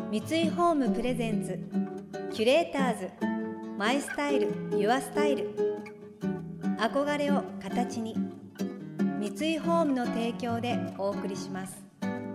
三井ホームプレゼンツキュレーターズマイスタイルユアスタイル、憧れを形に、三井ホームの提供でお送りします。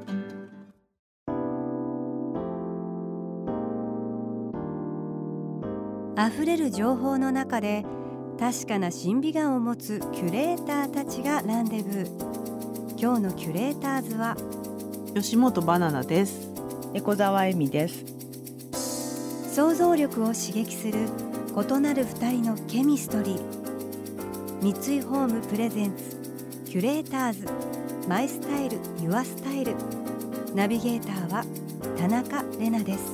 あふれる情報の中で確かな審美眼を持つキュレーターたちがランデブー。今日のキュレーターズは吉本バナナです。 猫沢恵美です。 想像力を刺激する異なる二人のケミストリー。三井ホームプレゼンツキュレーターズマイスタイルユアスタイル、ナビゲーターは田中れなです。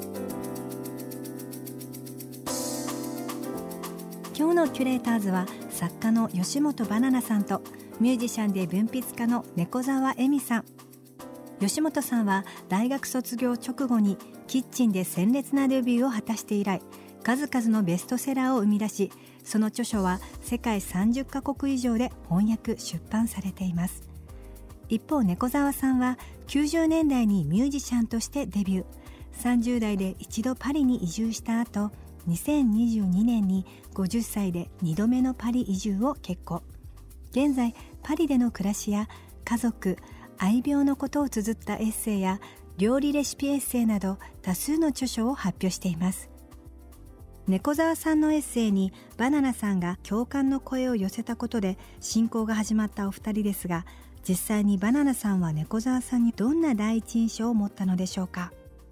今日のキュレーターズは作家の吉本バナナさんとミュージシャンで文筆家の猫沢恵美さん。吉本さんは大学卒業直後にキッチンで鮮烈なデビューを果たして以来、数々のベストセラーを生み出し、その著書は世界30カ国以上で翻訳出版されています。一方、猫沢さんは90年代にミュージシャンとしてデビュー、30代で一度パリに移住した後、2022年に50歳で2度目のパリ移住を決行。現在パリでの暮らしや家族、愛病のことを綴ったエッセイや料理レシピエッセイなど多数の著書を発表しています。猫沢さんのエッセイにバナナさんが共感の声を寄せたことで親交が始まったお二人ですが、実際にバナナさんは猫沢さんにどんな第一印象を持ったのでしょうか。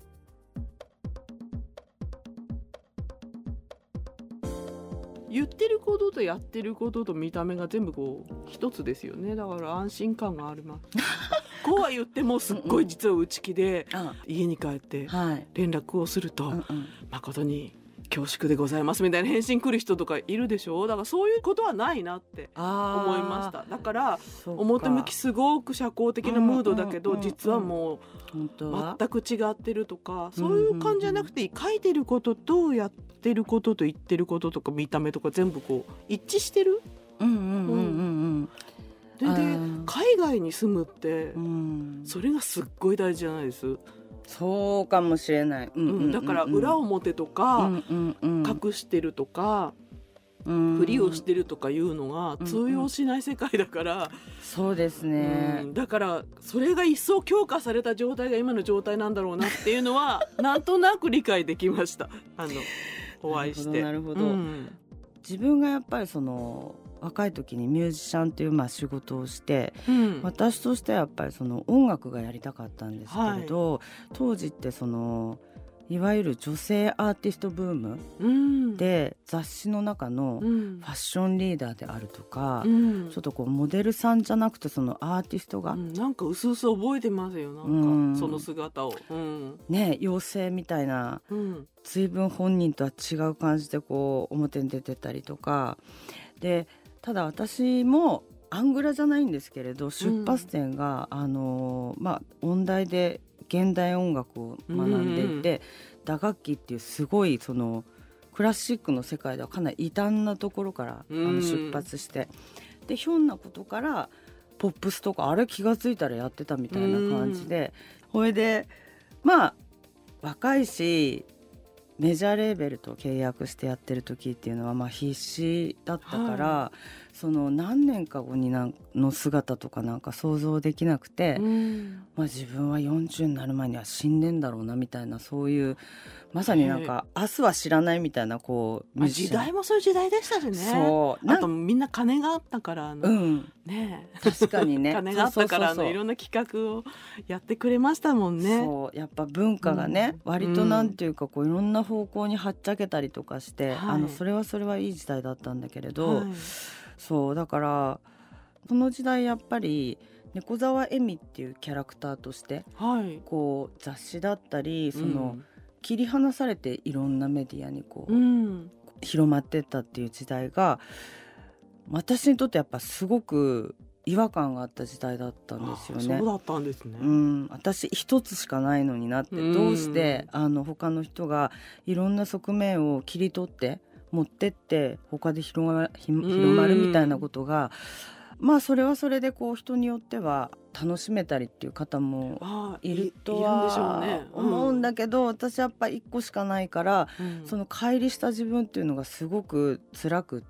言ってることとやってることと見た目が全部こう一つですよね。だから安心感がありますこうは言ってもすっごい実は内気で、家に帰って連絡をすると、誠に恐縮でございますみたいな返信来る人とかいるでしょ。だからそういうことはないなって思いました。だから表向きすごく社交的なムードだけど、実はもう全く違ってるとか、そういう感じじゃなくて、書いてることとやってることと言ってることとか見た目とか全部こう一致してる。で海外に住むって、それがすっごい大事じゃないです。 そうかもしれない、 だから裏表とか、隠してるとか、ふりをしてるとかいうのが通用しない世界だから、 そうですね、 だからそれが一層強化された状態が今の状態なんだろうなっていうのはなんとなく理解できましたお会いして。 なるほど、自分がやっぱりその若い時にミュージシャンっていう仕事をして、私としてはやっぱりその音楽がやりたかったんですけれど、当時ってそのいわゆる女性アーティストブームで、雑誌の中のファッションリーダーであるとか、ちょっとこうモデルさんじゃなくてそのアーティストが、 なんかうすうす覚えてますよ。なんかその姿を、 ね、妖精みたいな、随分本人とは違う感じでこう表に出てたりとかで、ただ私もアングラじゃないんですけれど、出発点が、音大で現代音楽を学んでいて、打楽器っていうすごいそのクラシックの世界ではかなり異端なところから出発して、でひょんなことからポップスとかあれ気がついたらやってたみたいな感じで、それで若いしメジャーレーベルと契約してやってる時っていうのは必死だったから、その何年か後にの姿とかなんか想像できなくて、自分は40になる前には死んでんだろうなみたいな、そういうまさになんか明日は知らないみたいなこう時代もそういう時代でしたしね。あとみんな金があったから確かにね金があったからいろんな企画をやってくれましたもんね。 そうやっぱ文化がね、割となんていうかこういろんな方向にはっちゃけたりとかして、それはいい時代だったんだけれど、そうだからこの時代やっぱり猫沢恵美っていうキャラクターとして、こう雑誌だったりその、切り離されていろんなメディアにこう、広まってったっていう時代が私にとってやっぱすごく違和感があった時代だったんですよね。 そうだったんですね。 私一つしかないのになって、どうして他の人がいろんな側面を切り取って持ってって他で広まるみたいなことがまあそれはそれでこう人によっては楽しめたりっていう方もいるとは思うんだけど、私やっぱ1個しかないから、その乖離した自分っていうのがすごく辛くって、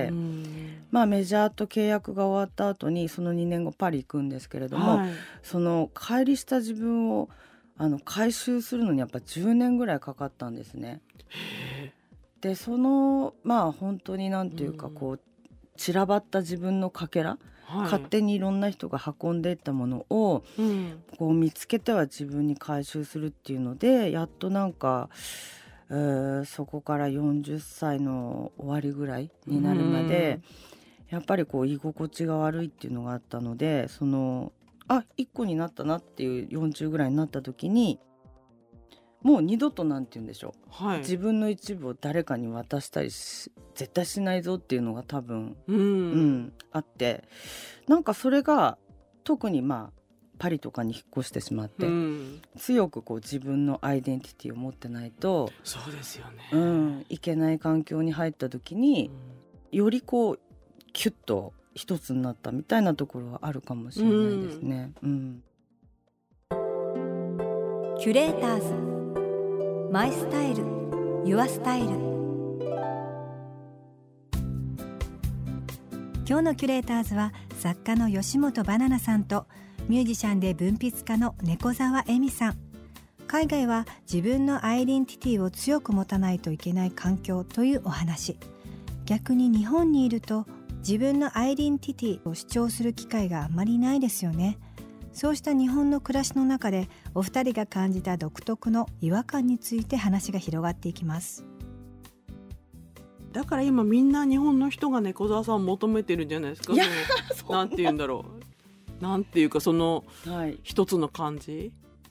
まあメジャーと契約が終わった後にその2年後パリ行くんですけれども、その乖離した自分を回収するのにやっぱ10年ぐらいかかったんですね。でそのまあ本当になんていうかこう散らばった自分のかけら、勝手にいろんな人が運んでいったものを、こう見つけては自分に回収するっていうので、やっとなんか、そこから40歳の終わりぐらいになるまで、やっぱりこう居心地が悪いっていうのがあったので、その1個になったなっていう40ぐらいになった時に、もう二度となんて言うんでしょう、自分の一部を誰かに渡したり絶対しないぞっていうのが多分、あって、なんかそれが特にまあパリとかに引っ越してしまって、強くこう自分のアイデンティティを持ってないと、 そうですよね、 いけない環境に入った時に、よりこうキュッと一つになったみたいなところはあるかもしれないですね。 キュレーターズマイスタイルユアスタイル。今日のキュレーターズは作家の吉本ばななさんとミュージシャンで文筆家の猫沢恵美さん。海外は自分のアイデンティティを強く持たないといけない環境というお話。逆に日本にいると自分のアイデンティティを主張する機会があまりないですよね。そうした日本の暮らしの中でお二人が感じた独特の違和感について話が広がっていきます。 だから今みんな日本の人が猫沢さんを求めてるんじゃないですか。なんて言うんだろう、なんていうかその一つの感じ、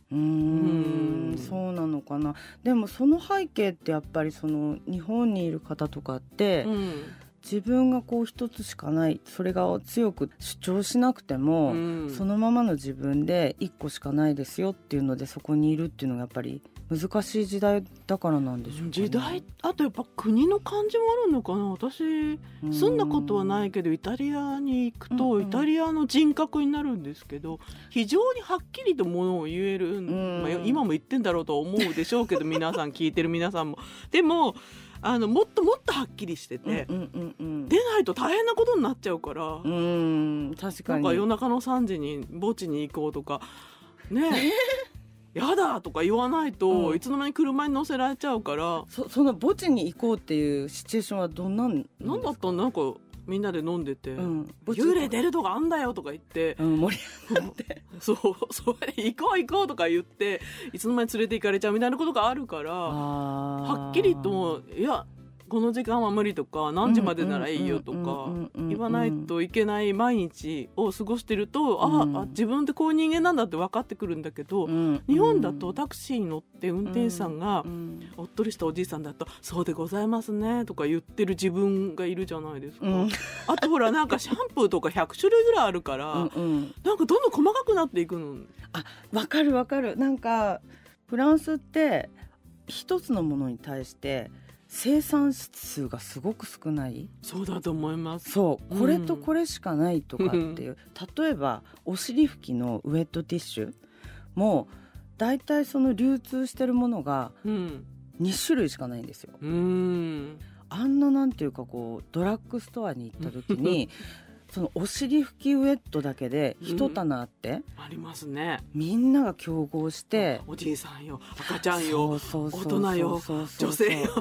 そうなのかな。でもその背景ってやっぱりその日本にいる方とかって、自分がこう一つしかない、それが強く主張しなくても、そのままの自分で一個しかないですよっていうのでそこにいるっていうのがやっぱり難しい時代だからなんでしょうかね。 時代、あとやっぱ国の感じもあるのかな。私住んだことはないけどイタリアに行くと、イタリアの人格になるんですけど、非常にはっきりとものを言える、今も言ってんだろうと思うでしょうけど皆さん聞いてる皆さんもでももっともっとはっきりしてて、出ないと大変なことになっちゃうから、 確かになんか夜中の3時に墓地に行こうとかねやだとか言わないと、いつの間に車に乗せられちゃうから。 その墓地に行こうっていうシチュエーションはどんなんだったの。なんかみんなで飲んでて、幽霊出るとかあんだよとか言って、 盛り上がってそれ行こう行こうとか言っていつの間に連れて行かれちゃうみたいなことがあるから、はっきりといやこの時間は無理とか何時までならいいよとか言わないといけない毎日を過ごしてると、自分ってこういう人間なんだって分かってくるんだけど、日本だとタクシーに乗って運転手さんがおっとりしたおじいさんだとそうでございますねとか言ってる自分がいるじゃないですか、あとほらなんかシャンプーとか100種類ぐらいあるからなんかどんどん細かくなっていくの。 わかるわかる。なんかフランスって一つのものに対して生産数がすごく少ない。 そうだと思います。 これとこれしかないとかっていう、例えばお尻拭きのウェットティッシュもだいたいその流通してるものが2種類しかないんですよ。あんななんていうかこうドラッグストアに行った時にそのお尻拭きウェットだけで一棚あって、 ありますね。 みんなが競合しておじいさんよ赤ちゃんよ大人よ女性よ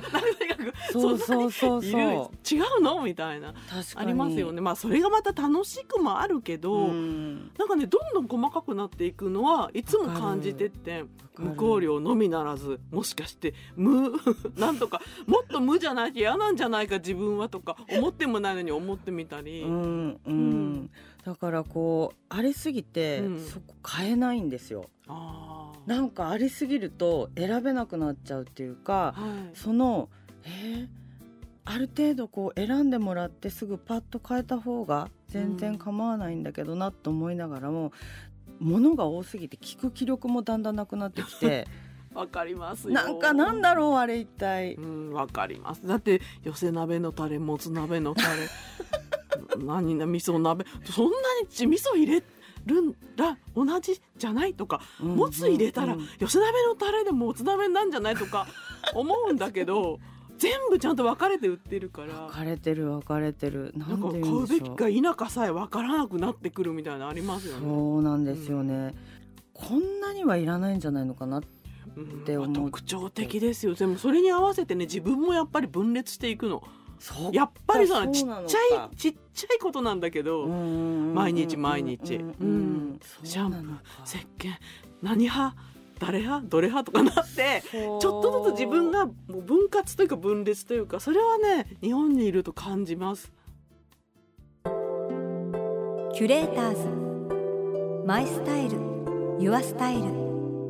違うのみたいなありますよね。それがまた楽しくもあるけど、なんかねどんどん細かくなっていくのはいつも感じてて、無香料のみならずもしかしてなんとかもっと無じゃないと嫌なんじゃないか自分はとか思ってもないのに思ってみたり、 だからこうありすぎて、そこ変えないんですよ。なんかありすぎると選べなくなっちゃうっていうか、そのある程度こう選んでもらってすぐパッと変えた方が全然構わないんだけどなと思いながらも、物が多すぎて聞く気力もだんだんなくなってきてわかりますよ。 なんだろうあれ一体。 わかります。だって寄せ鍋のタレもつ鍋のタレ何な味噌鍋そんなに味噌入れるんだ同じじゃないとか、もつ入れたら吉鍋のタレでもつ鍋なんじゃないとか思うんだけど全部ちゃんと分かれて売ってるから分かれてるなんか買うべきか否かさえ分からなくなってくるみたいなのありますよね。 そうなんですよね、こんなにはいらないんじゃないのかなって思う、 特徴的ですよ。でもそれに合わせてね自分もやっぱり分裂していくの。 そうやっぱりちっちゃいことなんだけど毎日シャンプー石鹸何派誰派どれ派とかなってちょっとずつ自分がもう分割というか分裂というかそれはね日本にいると感じます。 キュレーターズマイスタイルユアスタイル。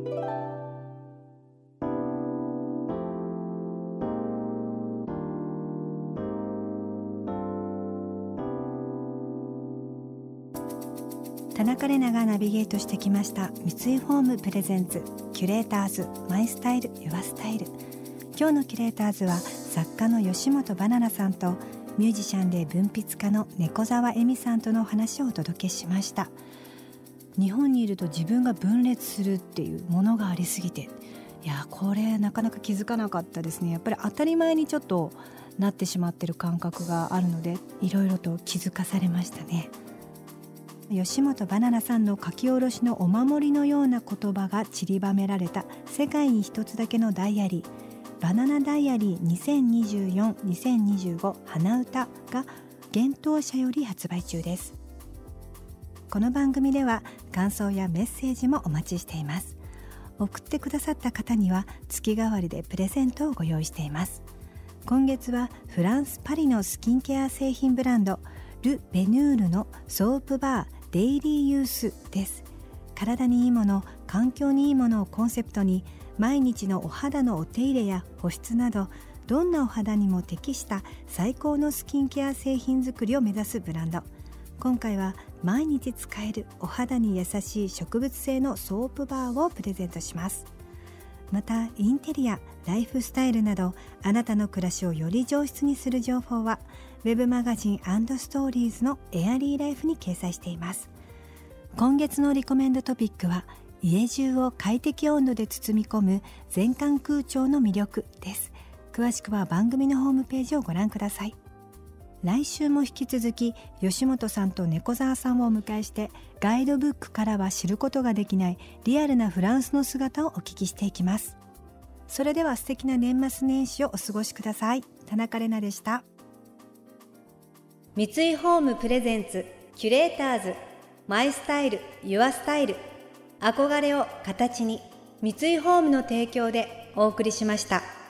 田中れながナビゲートしてきました三井ホームプレゼンツキュレーターズマイスタイルユアスタイル。今日のキュレーターズは作家の吉本ばななさんとミュージシャンで文筆家の猫沢恵美さんとのお話をお届けしました。日本にいると自分が分裂するっていうものがありすぎて、いやこれなかなか気づかなかったですね。やっぱり当たり前にちょっとなってしまってる感覚があるのでいろいろと気づかされましたね。吉本ばななさんの書き下ろしのお守りのような言葉が散りばめられた世界に一つだけのダイアリーバナナダイアリー2024-2025花歌が幻冬舎より発売中です。この番組では感想やメッセージもお待ちしています。送ってくださった方には月替わりでプレゼントをご用意しています。今月はフランス・パリのスキンケア製品ブランドル・ベヌールのソープバーデイリーユースです。体にいいもの、環境にいいものをコンセプトに毎日のお肌のお手入れや保湿などどんなお肌にも適した最高のスキンケア製品作りを目指すブランド。今回は毎日使えるお肌に優しい植物性のソープバーをプレゼントします。またインテリア、ライフスタイルなどあなたの暮らしをより上質にする情報はウェブマガジン&ストーリーズのエアリーライフに掲載しています。今月のリコメンドトピックは家中を快適温度で包み込む全館空調の魅力です。詳しくは番組のホームページをご覧ください。来週も引き続き吉本さんと猫沢さんをお迎えしてガイドブックからは知ることができないリアルなフランスの姿をお聞きしていきます。それでは素敵な年末年始をお過ごしください。田中れなでした。三井ホームプレゼンツキュレーターズマイスタイルユアスタイル。憧れを形に三井ホームの提供でお送りしました。